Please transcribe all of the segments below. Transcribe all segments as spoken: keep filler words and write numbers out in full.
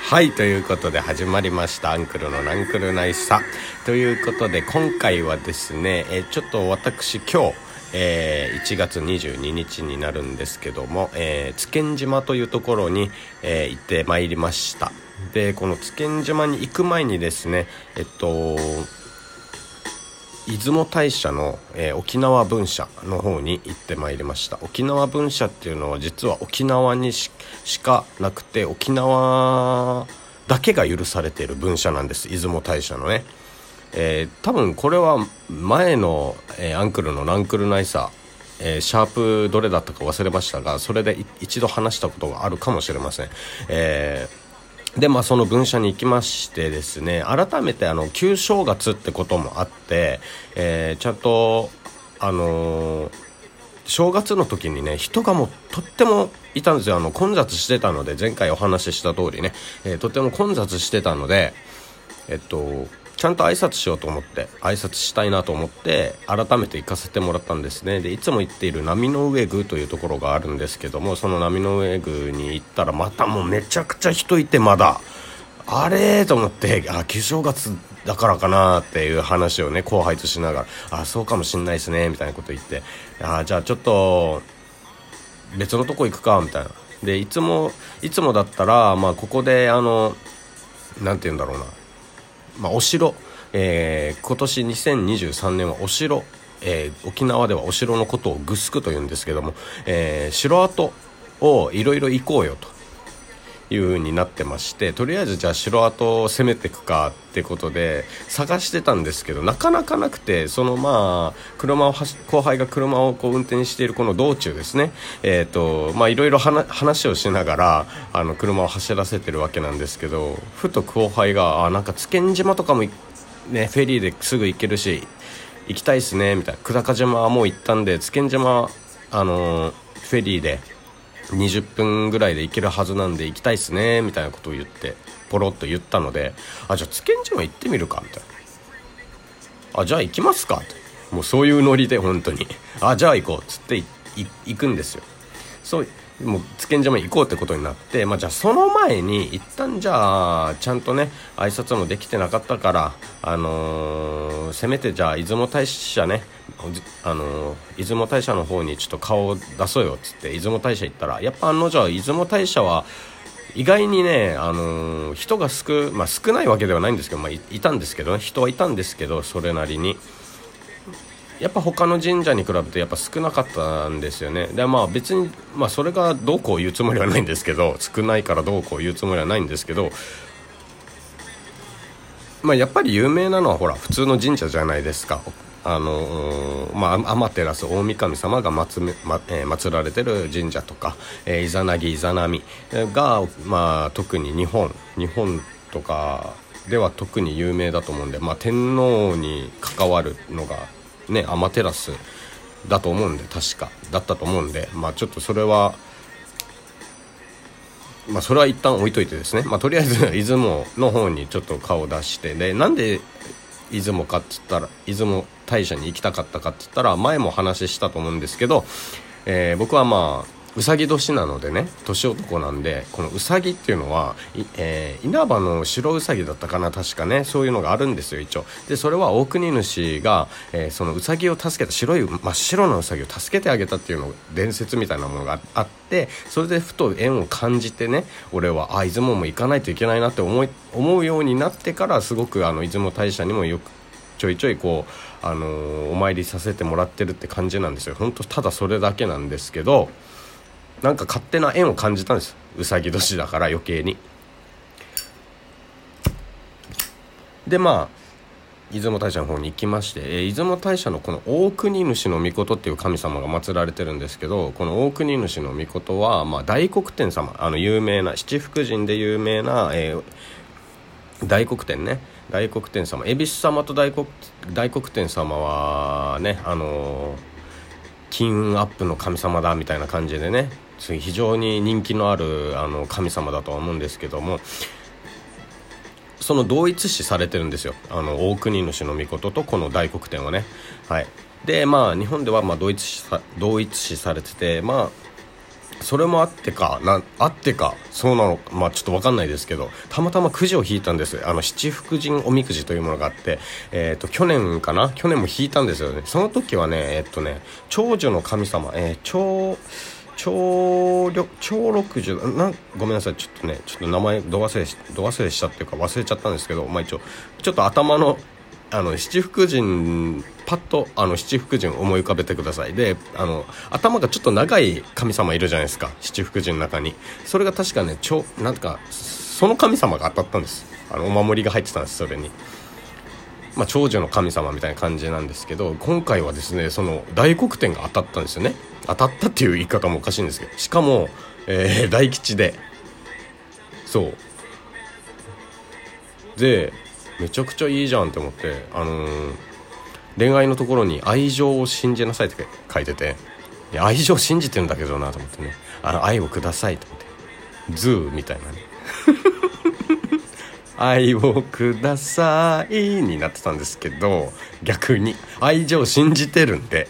はい、ということで始まりましたアンクルのナンクルナイサということで、今回はですね、えー、ちょっと私今日、えー、いちがつにじゅうににちになるんですけども、えー、津堅島というところに、えー、行ってまいりました。でこの津堅島に行く前にですね、えっと出雲大社の、えー、沖縄分社の方に行ってまいりました。沖縄分社っていうのは実は沖縄に し, しかなくて、沖縄だけが許されている分社なんです、出雲大社のね。えー、多分これは前の、えー、アンクルのナンクルナイサー、えー、シャープどれだったか忘れましたが、それで一度話したことがあるかもしれません。えーでまあその分社に行きましてですね、改めてあの旧正月ってこともあって、えー、ちゃんとあのー、正月の時にね、人がもうとってもいたんですよ。あの混雑してたので、前回お話しした通りね、えー、とっても混雑してたので、えっとちゃんと挨拶しようと思って挨拶したいなと思って改めて行かせてもらったんですね。でいつも行っている波の上宮というところがあるんですけども、その波の上宮に行ったらまたもうめちゃくちゃ人いて、まだあれと思って、あ旧正月だからかなっていう話をね後輩としながら、あそうかもしんないですねみたいなこと言って、あじゃあちょっと別のとこ行くかみたいな。でいつもいつもだったら、まあ、ここであのなんて言うんだろうな、まあ、お城、えー、今年にせんにじゅうさんねんはお城、えー、沖縄ではお城のことをグスクというんですけども、えー、城跡をいろいろ行こうよという風になってまして、とりあえずじゃあ城跡を攻めていくかってことで探してたんですけど、なかなかなくて、そのまあ車を後輩が車をこう運転しているこの道中ですね、えーとまあいろいろ話をしながらあの車を走らせてるわけなんですけど、ふと後輩があなんか津堅島とかもねフェリーですぐ行けるし行きたいっすねみたいな、久高島はもう行ったんで津堅島あのフェリーでにじゅっぷんぐらいで行けるはずなんで行きたいっすねみたいなことを言ってポロッと言ったので、あじゃあ津堅島行ってみるかみたいな、あじゃあ行きますかって、もうそういうノリで本当にあじゃあ行こうっつって行くんですよ。そうもう津堅島行こうってことになって、まあ、じゃあその前に一旦じゃあちゃんとね挨拶もできてなかったから、あのー、せめてじゃあ出雲大社ね、あのー、出雲大社の方にちょっと顔を出そうよっつって出雲大社行ったら、やっぱ案の定出雲大社は意外にね、あのー、人が少、まあ、少ないわけではないんですけど、まあ、い, いたんですけど、ね、人はいたんですけど、それなりにやっぱ他の神社に比べてやっぱ少なかったんですよね。でまあ別に、まあ、それがどうこう言うつもりはないんですけど、少ないからどうこう言うつもりはないんですけど、まあ、やっぱり有名なのはほら普通の神社じゃないですか。あのーまあ、天照大神様が 祀,、まえー、祀られてる神社とか、えー、イザナギイザナミが、まあ、特に日本日本とかでは特に有名だと思うんで、まあ、天皇に関わるのがね天照だと思うんで、確かだったと思うんで、まあちょっとそれはまあそれは一旦置いといてですね、まあとりあえず出雲の方にちょっと顔を出して、でなんで出雲かって言ったら、出雲大社に行きたかったかって言ったら、前も話したと思うんですけど、えー、僕はまあうさぎ年なのでね、年男なんで、このうさぎっていうのは、えー、稲葉の白うさぎだったかな、確かね、そういうのがあるんですよ一応。でそれは大国主が、えー、そのうさぎを助けた、白い真っ白なうさぎを助けてあげたっていうの伝説みたいなものがあって、それでふと縁を感じてね、俺はあ出雲も行かないといけないなって思い思うようになってから、すごくあの出雲大社にもよくちょいちょいこう、あのー、お参りさせてもらってるって感じなんですよ。本当ただそれだけなんですけど、なんか勝手な縁を感じたんです、うさぎ年だから余計に。でまあ出雲大社の方に行きまして、えー、出雲大社のこの大国主の命っていう神様が祀られてるんですけど、この大国主の命は、まあ、大黒天様、あの有名な七福神で有名な、えー、大黒天ね、大黒天様、恵比寿様と大 黒, 大黒天様はね、あのー、金運アップの神様だみたいな感じでね、非常に人気のあるあの神様だとは思うんですけども、その同一視されてるんですよ、あの大国主の命とこの大黒天はね。はい。でまあ日本ではまあ同一視さ同一視されてて、まあそれもあってかなあってかそうなのまあちょっと分かんないですけど、たまたまくじを引いたんです。あの七福神おみくじというものがあって、えっと去年かな去年も引いたんですよね。その時はねえっとね長寿の神様、えー、長長力長六十なんごめんなさい、ちょっとねちょっと名前ど忘れしど忘れしたっていうか忘れちゃったんですけど、まあ一応ちょっと頭のあの七福神パッとあの七福神を思い浮かべてください。であの頭がちょっと長い神様いるじゃないですか、七福神の中に。それが確かねちょなんかその神様が当たったんです。あのお守りが入ってたんです。それにまあ長寿の神様みたいな感じなんですけど、今回はですねその大黒天が当たったんですよね。当たったっていう言い方もおかしいんですけど、しかも、えー、大吉で、そうでめちゃくちゃいいじゃんって思って、あのー、恋愛のところに愛情を信じなさいって書いてて、いや愛情を信じてるんだけどなと思ってね、あの愛をくださいと思ってズーみたいなね愛をくださいになってたんですけど、逆に愛情を信じてるんで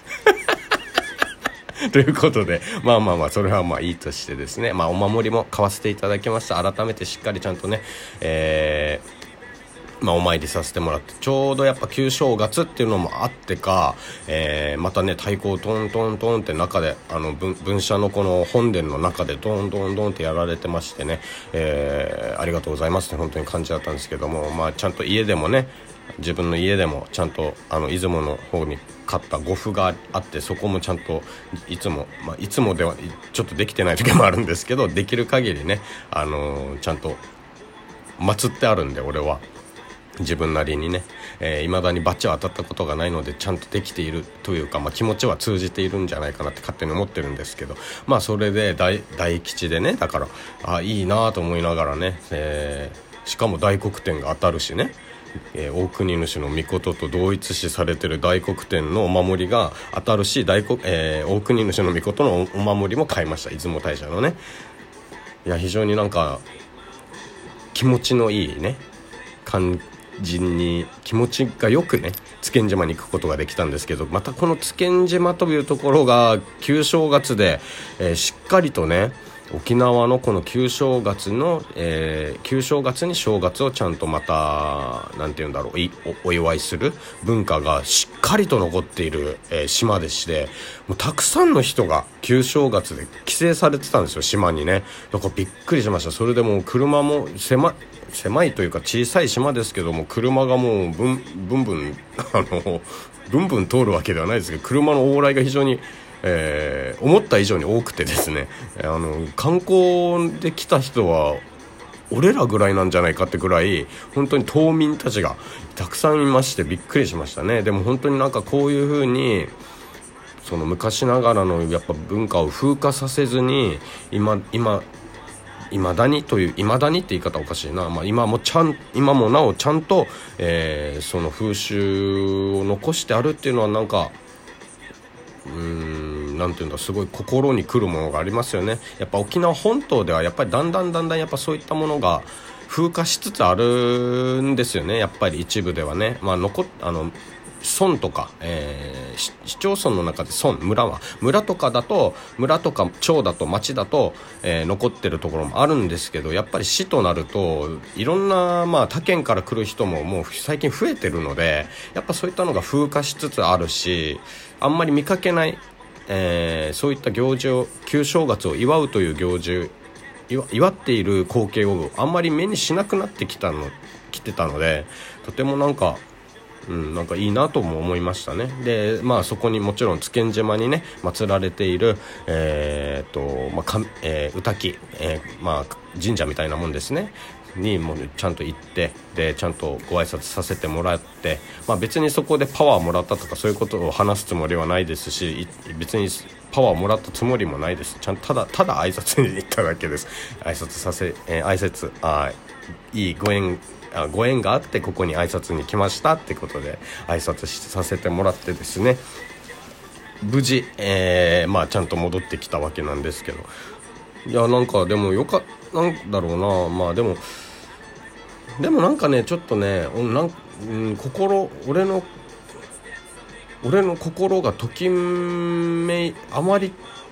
ということでまあまあまあそれはまあいいとしてですね、まあお守りも買わせていただきました。改めてしっかりちゃんとね、えーまあ、お参りさせてもらって、ちょうどやっぱ旧正月っていうのもあってか、えー、またね太鼓をトントントンって中であの 分, 分社のこの本殿の中でドンドンドンってやられてましてね、えー、ありがとうございますって本当に感じだったんですけども、まあ、ちゃんと家でもね自分の家でもちゃんとあの出雲の方に買った呉服があって、そこもちゃんといつも、まあ、いつもではちょっとできてない時もあるんですけど、できる限りね、あのー、ちゃんと祀ってあるんで、俺は自分なりにね、えー、未だにバッチは当たったことがないのでちゃんとできているというか、まあ、気持ちは通じているんじゃないかなって勝手に思ってるんですけど、まあそれで 大, 大吉でね、だからあいいなと思いながらね、えー、しかも大黒天が当たるしね、えー、大国主の御事と同一視されてる大黒天のお守りが当たるし、大黒、えー、大国主の御事のお守りも買いました。出雲大社のね。いや非常になんか気持ちのいいね感じに、気持ちがよくね津堅島に行くことができたんですけど、またこの津堅島というところが旧正月で、えー、しっかりとね沖縄のこの旧正月の、えー、旧正月に正月をちゃんとまたなんていうんだろう お, お祝いする文化がしっかりと残っている、えー、島でして、もうたくさんの人が旧正月で帰省されてたんですよ、島にね。だからびっくりしました。それでもう車も狭い狭いというか小さい島ですけども、車がもうブンブンブンあのブンブン通るわけではないですけど、車の往来が非常にえー、思った以上に多くてですね、あの観光で来た人は俺らぐらいなんじゃないかってぐらい本当に島民たちがたくさんいましてびっくりしましたね。でも本当になんかこういう風にその昔ながらのやっぱ文化を風化させずに今今未だにという未だにって言い方おかしいな、まあ、今もちゃん今もなおちゃんと、えー、その風習を残してあるっていうのはなんかうーんなんていうんだ、すごい心に来るものがありますよね。やっぱ沖縄本島ではやっぱりだんだんだんだんやっぱそういったものが風化しつつあるんですよね。やっぱり一部ではね、まあ残あの村とか、えー、市町村の中で村村は村とかだと村とか町だと町だと、えー、残ってるところもあるんですけど、やっぱり市となるといろんな、まあ、他県から来る人ももう最近増えてるので、やっぱそういったのが風化しつつあるし、あんまり見かけない、えー、そういった行事を旧正月を祝うという行事祝っている光景をあんまり目にしなくなってきたの来てたので、とてもなんかうん、なんかいいなとも思いましたね。で、まあそこにもちろん津堅島にね祀られている、えーっとまあかえー、宇滝、えーまあ、神社みたいなもんですねにもちゃんと行って、でちゃんとご挨拶させてもらって、まあ、別にそこでパワーもらったとかそういうことを話すつもりはないですし、別にパワーもらったつもりもないです。ちゃんとただただ挨拶に行っただけです。挨拶させ、えー、挨拶あいいご縁ご縁があってここに挨拶に来ましたってことで挨拶させてもらってですね、無事、えーまあ、ちゃんと戻ってきたわけなんですけど、いやなんかでもよかなんだろうな、まあでもでもなんかねちょっとねなん、うん、心俺の俺の心がときめいあまり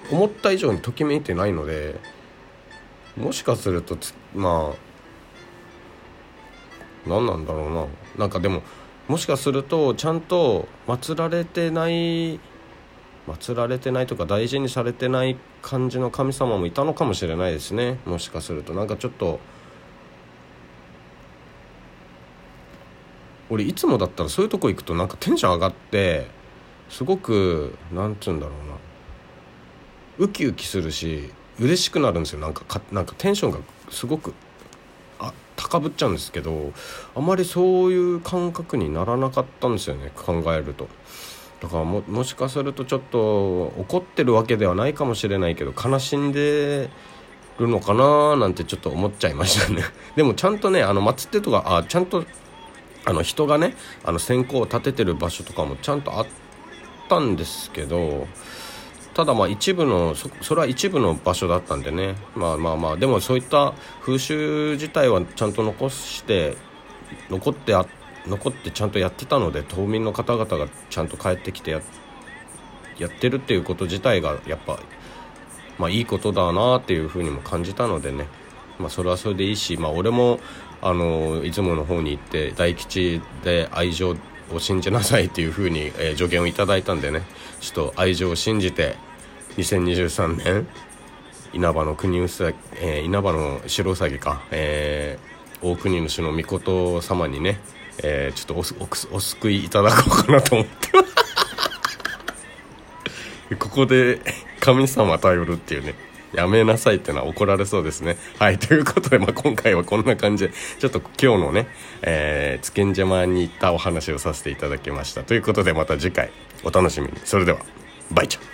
思った以上にときめいてないので、もしかするとまあ何なんだろうな、なんかでももしかするとちゃんと祀られてない祀られてないとか大事にされてない感じの神様もいたのかもしれないですね。もしかするとなんかちょっと俺いつもだったらそういうとこ行くとなんかテンション上がってすごくなんて言うんだろうな、ウキウキするし嬉しくなるんですよ。なんかかなんかテンションがすごくあ高ぶっちゃうんですけど、あまりそういう感覚にならなかったんですよね、考えると。だから も, もしかするとちょっと怒ってるわけではないかもしれないけど悲しんでるのかななんてちょっと思っちゃいましたねでもちゃんとねあの祭ってとかあちゃんとあの人がねあの線香を立ててる場所とかもちゃんとあったんですけど、ただまあ一部の そ, それは一部の場所だったんでね、まあまあまあでもそういった風習自体はちゃんと残して残ってあ残ってちゃんとやってたので、島民の方々がちゃんと帰ってきて や, やってるっていうこと自体がやっぱまあいいことだなっていうふうにも感じたのでね、まあそれはそれでいいし、まあ俺もあの出雲の方に行って大吉で愛情を信じなさいっていう風に、えー、助言をいただいたんでね、ちょっと愛情を信じてにせんにじゅうさんねん稲葉の国うさぎ、えー、稲葉の白うさぎか、えー、大国主の御事様にね、えー、ちょっと お, お, お救いいただこうかなと思ってここで神様頼るっていうね、やめなさいってのは怒られそうですね。はい、ということで、まあ、今回はこんな感じでちょっと今日のね、えー、津堅島に行ったお話をさせていただきました。ということでまた次回お楽しみに。それではバイチャ。